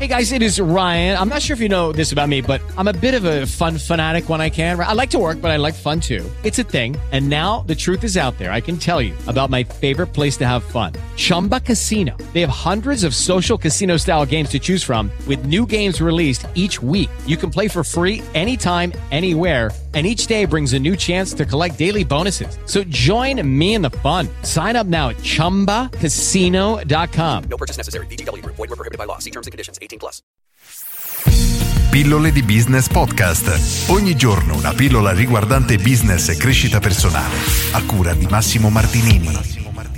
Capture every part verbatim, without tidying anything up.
Hey guys, it is Ryan. I'm not sure if you know this about me, but I'm a bit of a fun fanatic when I can. I like to work, but I like fun too. It's a thing. And now the truth is out there. I can tell you about my favorite place to have fun. Chumba Casino. They have hundreds of social casino style games to choose from with new games released each week. You can play for free anytime, anywhere. And each day brings a new chance to collect daily bonuses. So join me in the fun. Sign up now at chumba casino dot com. No purchase necessary. V G W Group. Void where prohibited by law. See terms and conditions. eighteen plus. Pillole di Business Podcast. Ogni giorno una pillola riguardante business e crescita personale. A cura di Massimo Martinini.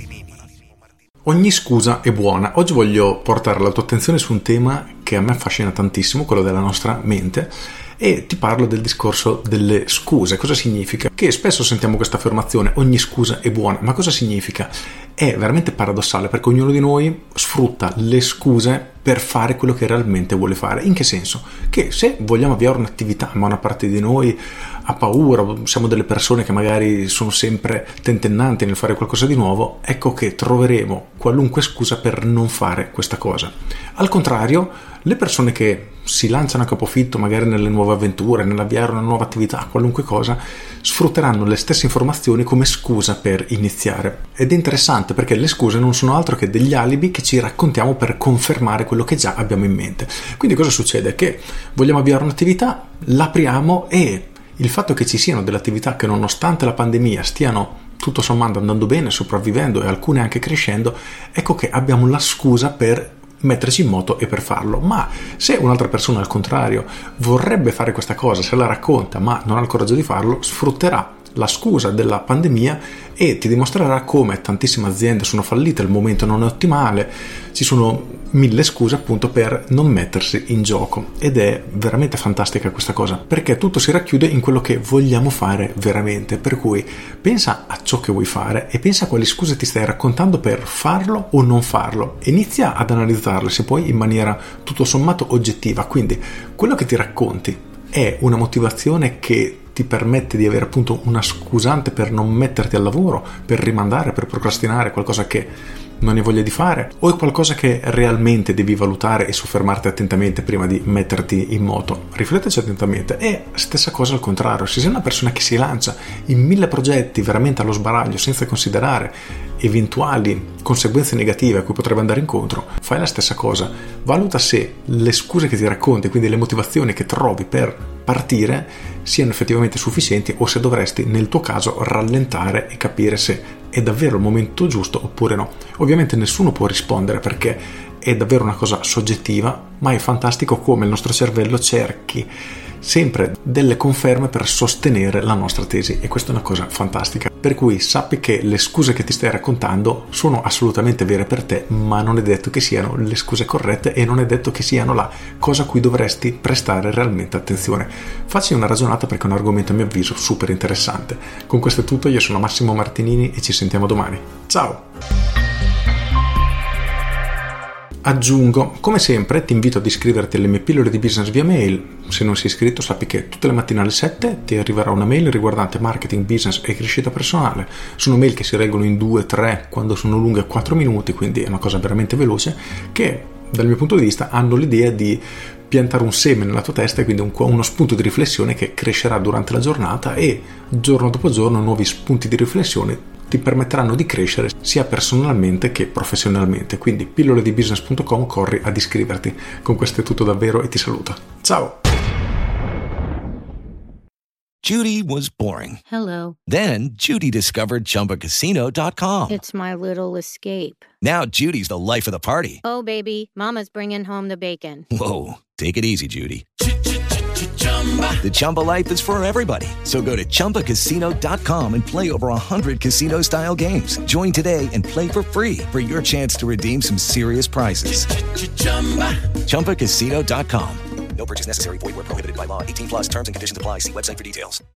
Ogni scusa è buona. Oggi voglio portare la tua attenzione su un tema che a me affascina tantissimo, quello della nostra mente, e ti parlo del discorso delle scuse. Cosa significa? Che spesso sentiamo questa affermazione, ogni scusa è buona, ma cosa significa? È veramente paradossale, perché ognuno di noi sfrutta le scuse per fare quello che realmente vuole fare. In che senso? Che se vogliamo avviare un'attività, ma una parte di noi ha paura, siamo delle persone che magari sono sempre tentennanti nel fare qualcosa di nuovo, ecco che troveremo qualunque scusa per non fare questa cosa. Al contrario, le persone che si lanciano a capofitto magari nelle nuove avventure, nell'avviare una nuova attività, qualunque cosa, sfrutteranno le stesse informazioni come scusa per iniziare. Ed è interessante perché le scuse non sono altro che degli alibi che ci raccontiamo per confermare quello che già abbiamo in mente. Quindi cosa succede? Che vogliamo avviare un'attività, l'apriamo e il fatto che ci siano delle attività che nonostante la pandemia stiano tutto sommato andando bene, sopravvivendo e alcune anche crescendo, ecco che abbiamo la scusa per metterci in moto e per farlo. Ma se un'altra persona al contrario vorrebbe fare questa cosa, se la racconta ma non ha il coraggio di farlo, sfrutterà la scusa della pandemia e ti dimostrerà come tantissime aziende sono fallite, il momento non è ottimale, ci sono mille scuse appunto per non mettersi in gioco. Ed è veramente fantastica questa cosa, perché tutto si racchiude in quello che vogliamo fare veramente. Per cui pensa a ciò che vuoi fare e pensa a quali scuse ti stai raccontando per farlo o non farlo, e inizia ad analizzarle se puoi in maniera tutto sommato oggettiva. Quindi quello che ti racconti è una motivazione che ti permette di avere appunto una scusante per non metterti al lavoro, per rimandare, per procrastinare qualcosa che non hai voglia di fare, o è qualcosa che realmente devi valutare e soffermarti attentamente prima di metterti in moto? Rifletteci attentamente. E stessa cosa al contrario, se sei una persona che si lancia in mille progetti veramente allo sbaraglio senza considerare eventuali conseguenze negative a cui potrebbe andare incontro, fai la stessa cosa. Valuta se le scuse che ti racconti, quindi le motivazioni che trovi per partire, siano effettivamente sufficienti o se dovresti nel tuo caso rallentare e capire se è davvero il momento giusto oppure no. Ovviamente nessuno può rispondere perché è davvero una cosa soggettiva, ma è fantastico come il nostro cervello cerchi sempre delle conferme per sostenere la nostra tesi, e questa è una cosa fantastica. Per cui sappi che le scuse che ti stai raccontando sono assolutamente vere per te, ma non è detto che siano le scuse corrette e non è detto che siano la cosa a cui dovresti prestare realmente attenzione. Facci una ragionata perché è un argomento a mio avviso super interessante. Con questo è tutto, io sono Massimo Martinini e ci sentiamo domani. Ciao! Aggiungo, come sempre, ti invito ad iscriverti alle mie pillole di business via mail. Se non sei iscritto, sappi che tutte le mattine alle sette ti arriverà una mail riguardante marketing, business e crescita personale. Sono mail che si reggono in due, tre, quando sono lunghe quattro minuti, quindi è una cosa veramente veloce, che dal mio punto di vista hanno l'idea di piantare un seme nella tua testa e quindi un, uno spunto di riflessione che crescerà durante la giornata, e giorno dopo giorno nuovi spunti di riflessione ti permetteranno di crescere sia personalmente che professionalmente. Quindi pillole di business punto com, corri ad iscriverti. Con questo è tutto davvero e ti saluto. Ciao! Judy was boring. Hello. Then Judy discovered Chumba Casino dot com. It's my little escape. Now Judy's the life of the party. Oh, baby, mama's bringing home the bacon. Whoa, take it easy, Judy. The Chumba life is for everybody. So go to Chumba Casino dot com and play over one hundred casino-style games. Join today and play for free for your chance to redeem some serious prizes. Chumba Casino dot com. No purchase necessary. Void where prohibited by law. eighteen plus terms and conditions apply. See website for details.